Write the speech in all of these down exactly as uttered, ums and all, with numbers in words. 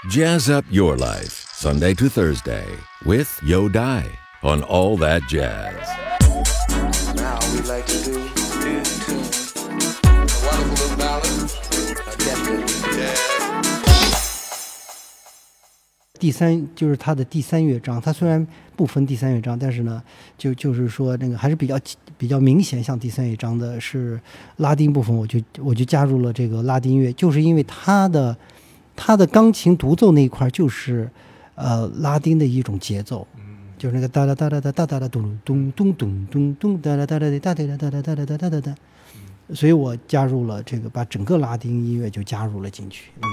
Jazz up your life, Sunday to Thursday, with Yo Dai on All That Jazz. Now we'd like to do in tune a wonderful little ballad, attempted jazz. 第三就是它的第三乐章，它虽然不分第三乐章，但是呢，就就是说那个还是比较比较明显，像第三乐章的是拉丁部分，我就我就加入了这个拉丁乐，就是因为它的它的钢琴独奏那一块就是呃拉丁的一种节奏，就是那个哒哒哒哒哒哒哒哒咚咚咚咚咚咚哒哒哒哒哒哒哒哒哒哒哒哒哒，所以我加入了这个，把整个拉丁音乐就加入了进去，嗯。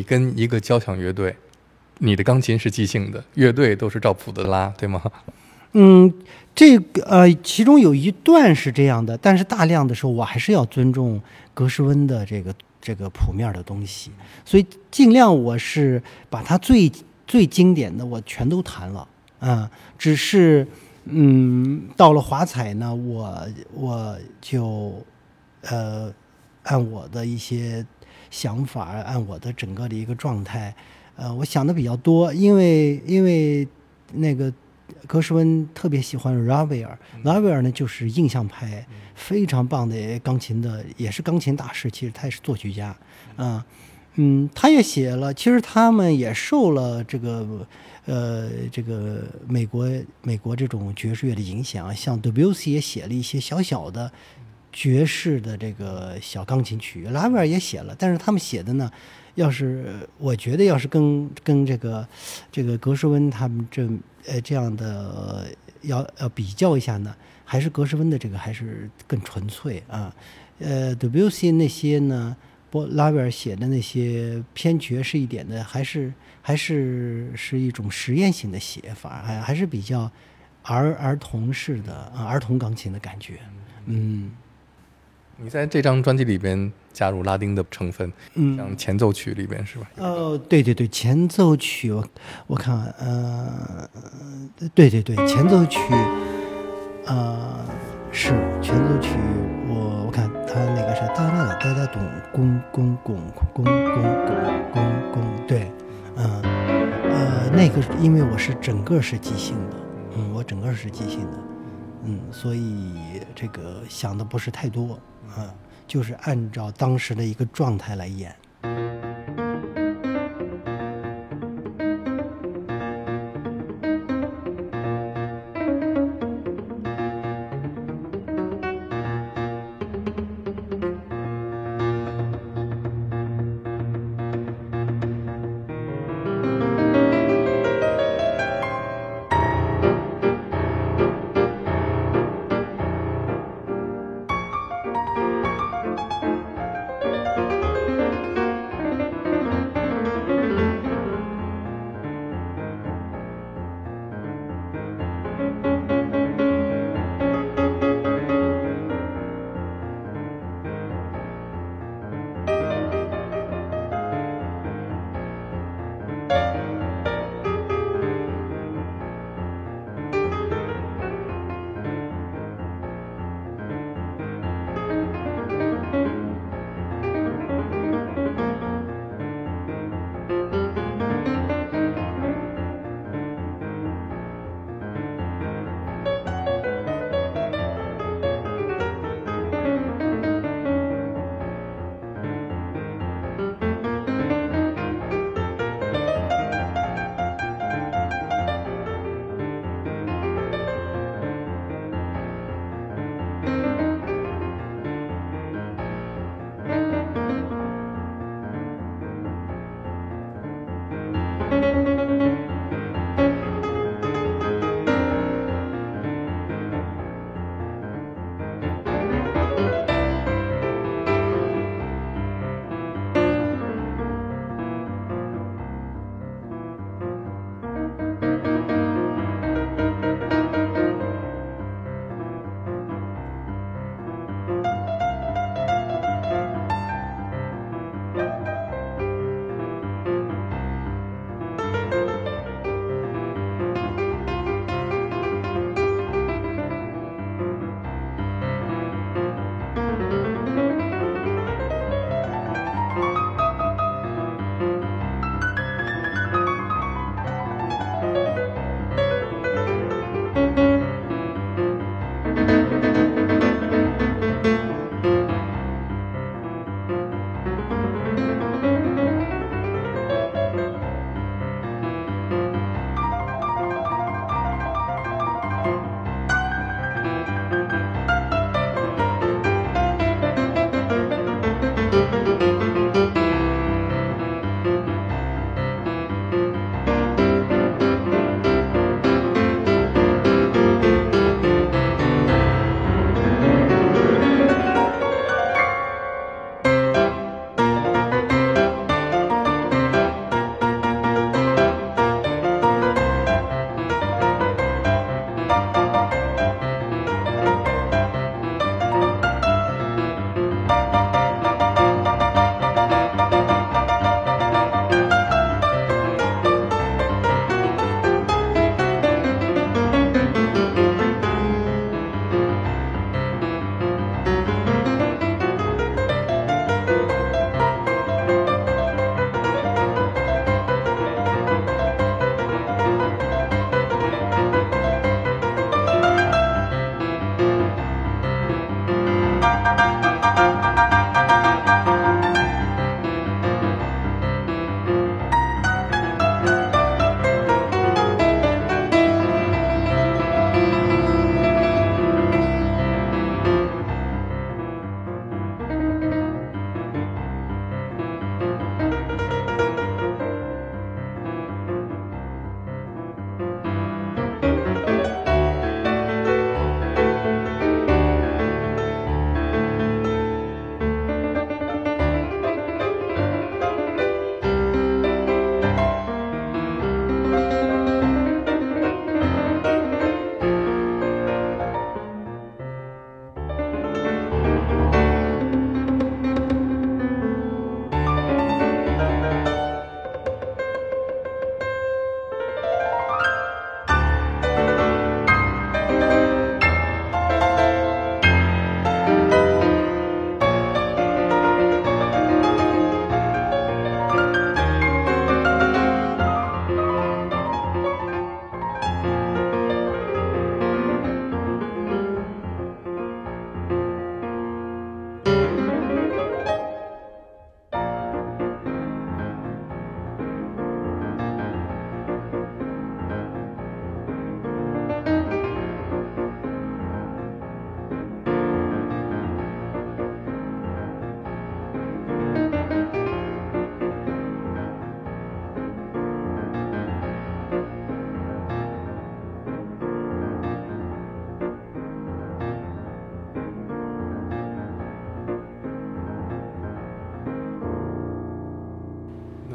你跟一个交响乐队，你的钢琴是即兴的，乐队都是照谱的拉，对吗？ 嗯，这个呃，其中有一段是这样的，但是大量的时候我还是要尊重格什温的这个这个谱面的东西，所以尽量我是把它最最经典的我全都弹了啊、嗯，只是嗯，到了华彩呢，我我就呃按我的一些想法，按我的整个的一个状态，呃，我想的比较多，因为因为那个。格什温特别喜欢拉威尔，拉威尔呢就是印象派，非常棒的钢琴的，也是钢琴大师。其实他也是作曲家，啊，嗯，他也写了。其实他们也受了这个呃这个美国美国这种爵士乐的影响，像 Debussy 也写了一些小小的爵士的这个小钢琴曲，拉威尔也写了，但是他们写的呢。要是我觉得，要是跟跟这个这个格什温他们这呃这样的、呃、要要比较一下呢，还是格什温的这个还是更纯粹啊。呃 ，Debussy 那些呢，波拉威尔写的那些偏爵士一点的，还是还是是一种实验性的写法，还还是比较儿儿童式的啊，儿童钢琴的感觉，嗯。 你在这张专辑里边加入拉丁的成分，嗯，像前奏曲里边是吧？ 哦，对对对，前奏曲我我看看，呃，对对对，前奏曲，呃，是前奏曲，我我看它那个是哒哒哒哒咚咚咚咚咚咚咚咚咚，对，嗯呃，那个因为我是整个是即兴的，嗯，我整个是即兴的，嗯，所以这个想的不是太多。嗯，就是按照当时的一个状态来演。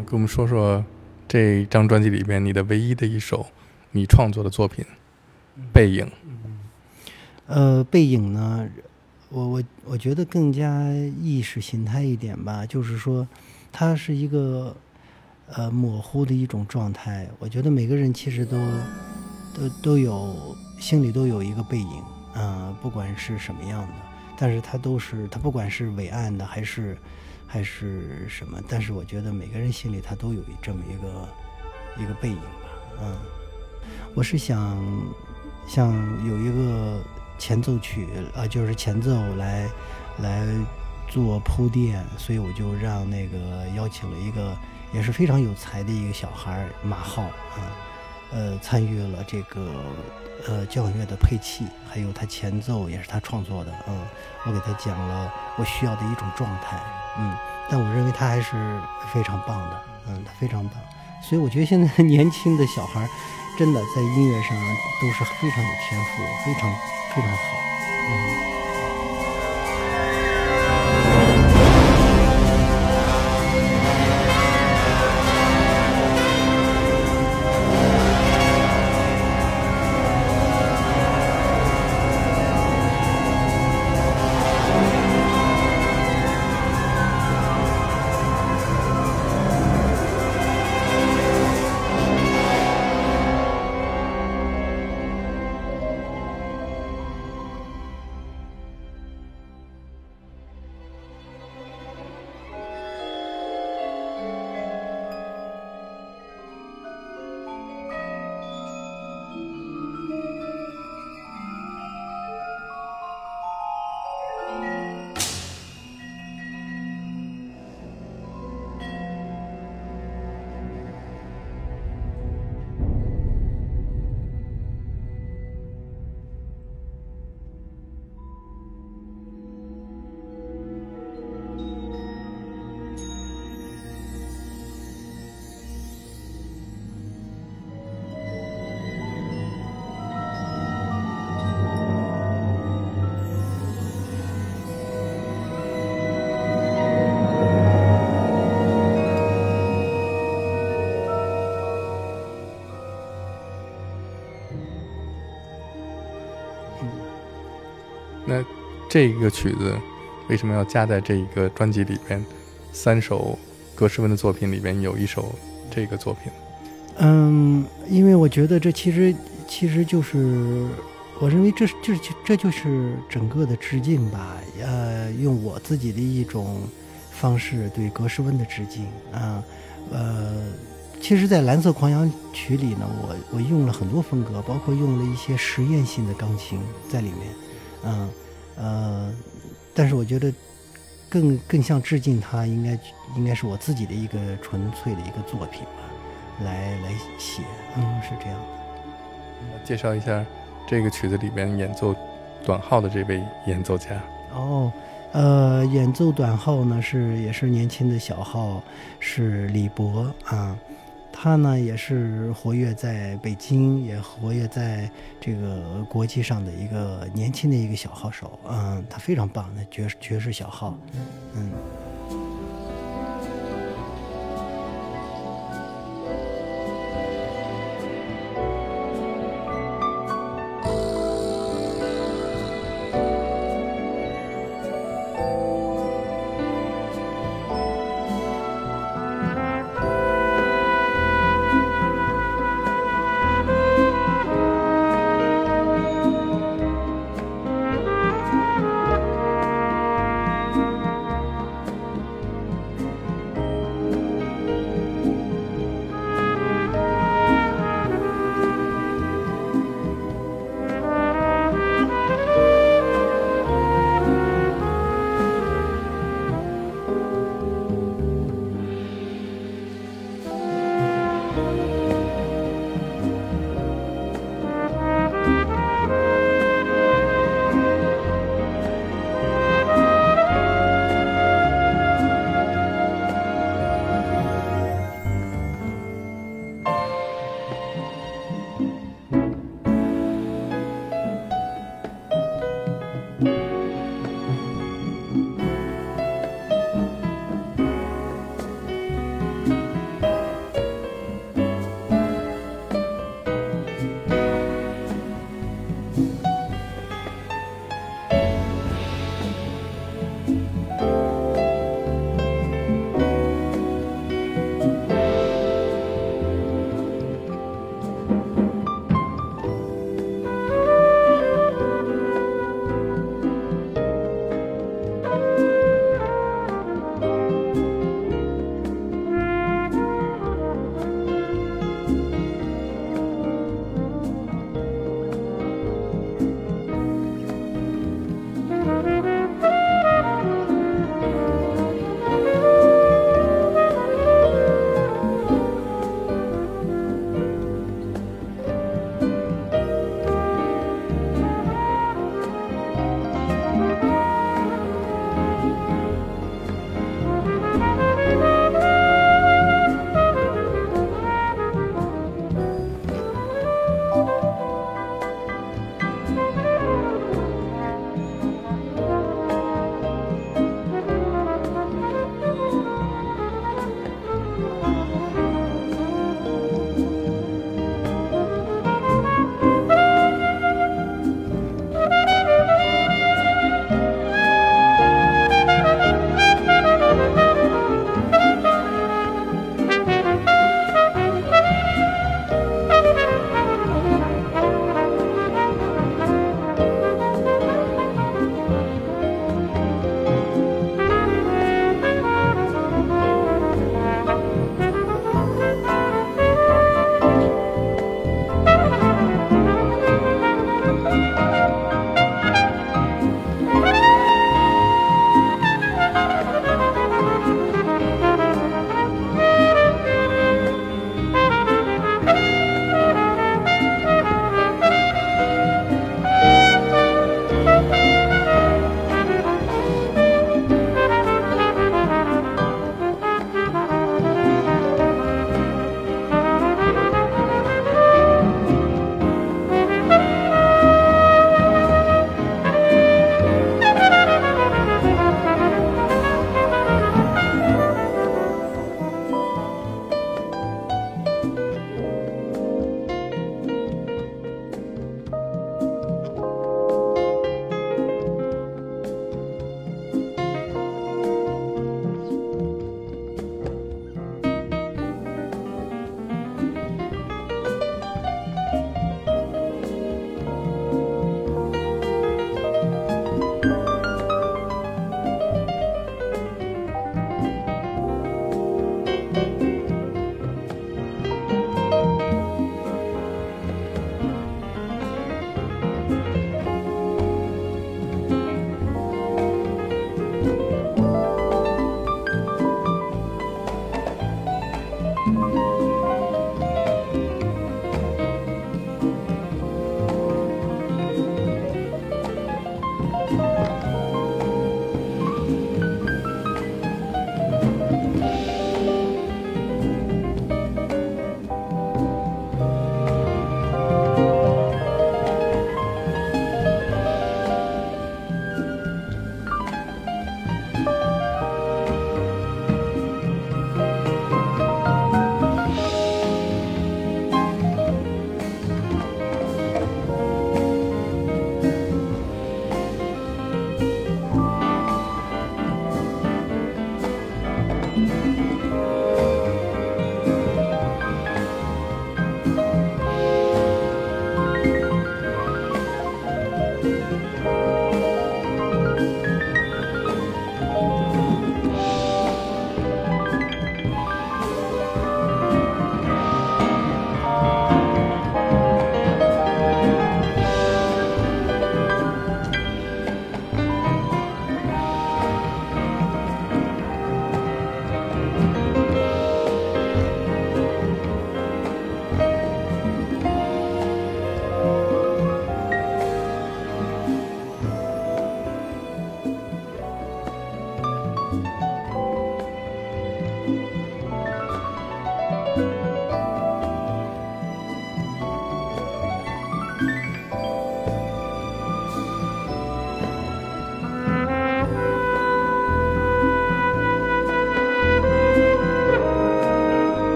那跟我们说说这张专辑里边你的唯一的一首你创作的作品《背影》。 呃，背影呢，我我我觉得更加意识形态一点吧，就是说，它是一个呃模糊的一种状态。我觉得每个人其实都都都有心里都有一个背影，呃，不管是什么样的，但是它都是它不管是伟岸的还是还是什么，但是我觉得每个人心里他都有这么一个一个背影吧，嗯，我是想想有一个前奏曲，呃，就是前奏来来做铺垫，所以我就让那个邀请了一个也是非常有才的一个小孩马浩啊，呃，参与了这个呃交响乐的配器，还有他前奏也是他创作的，嗯，我给他讲了我需要的一种状态，嗯，但我认为他还是非常棒的，嗯，他非常棒，所以我觉得现在年轻的小孩真的在音乐上都是非常有天赋，非常非常好，嗯。 那这个曲子为什么要加在这一个专辑里边？三首格什温的作品里边有一首这个作品。 嗯，因为我觉得这其实其实就是我认为这这这就是整个的致敬吧，呃，用我自己的一种方式对格什温的致敬啊，呃，其实，在蓝色狂想曲里呢，我我用了很多风格，包括用了一些实验性的钢琴在里面，嗯呃，但是我觉得更更像致敬他，应该应该是我自己的一个纯粹的一个作品吧，来来写，嗯，是这样的。 介绍一下这个曲子里边演奏短号的这位演奏家。 哦，呃，演奏短号呢是也是年轻的小号，是李博啊。他呢也是活跃在北京，也活跃在这个国际上的一个年轻的一个小号手，嗯，他非常棒的爵士爵士小号，嗯。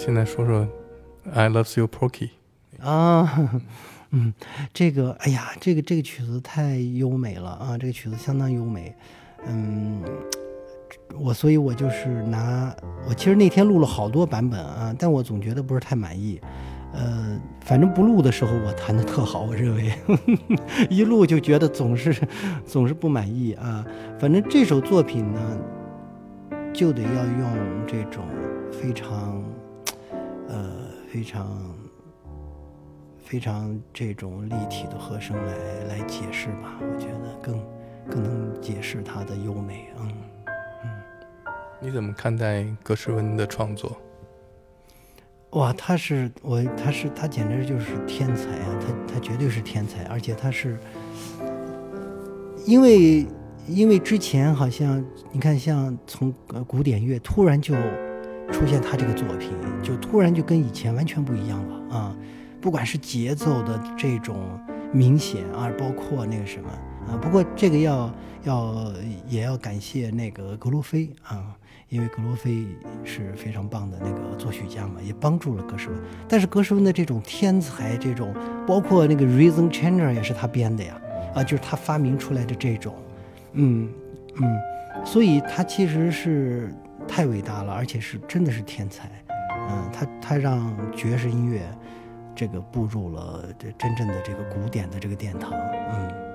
现在说说 I Love You Porky 啊，嗯，这个，哎呀，这个这个曲子太优美了啊，这个曲子相当优美，嗯，我所以，我就是拿我其实那天录了好多版本啊，但我总觉得不是太满意，呃，反正不录的时候我弹得特好，我认为一录就觉得总是总是不满意啊。反正这首作品呢，就得要用这种非常呃非常非常这种立体的和声来来解释吧，我觉得更更能解释它的优美。嗯嗯， 你怎么看待格什温的创作？ 哇，他是我，他是他简直就是天才啊！他他绝对是天才，而且他是，因为因为之前好像你看，像从呃古典乐突然就出现他这个作品，就突然就跟以前完全不一样了啊！不管是节奏的这种明显啊，包括那个什么啊，不过这个要要也要感谢那个格罗菲啊。因为格罗菲是非常棒的那个作曲家嘛，也帮助了格什温。但是格什温的这种天才，这种包括那个 Rhythm Changer 也是他编的呀，啊，就是他发明出来的这种，嗯嗯，所以他其实是太伟大了，而且是真的是天才，嗯，他他让爵士音乐这个步入了这真正的这个古典的这个殿堂，嗯。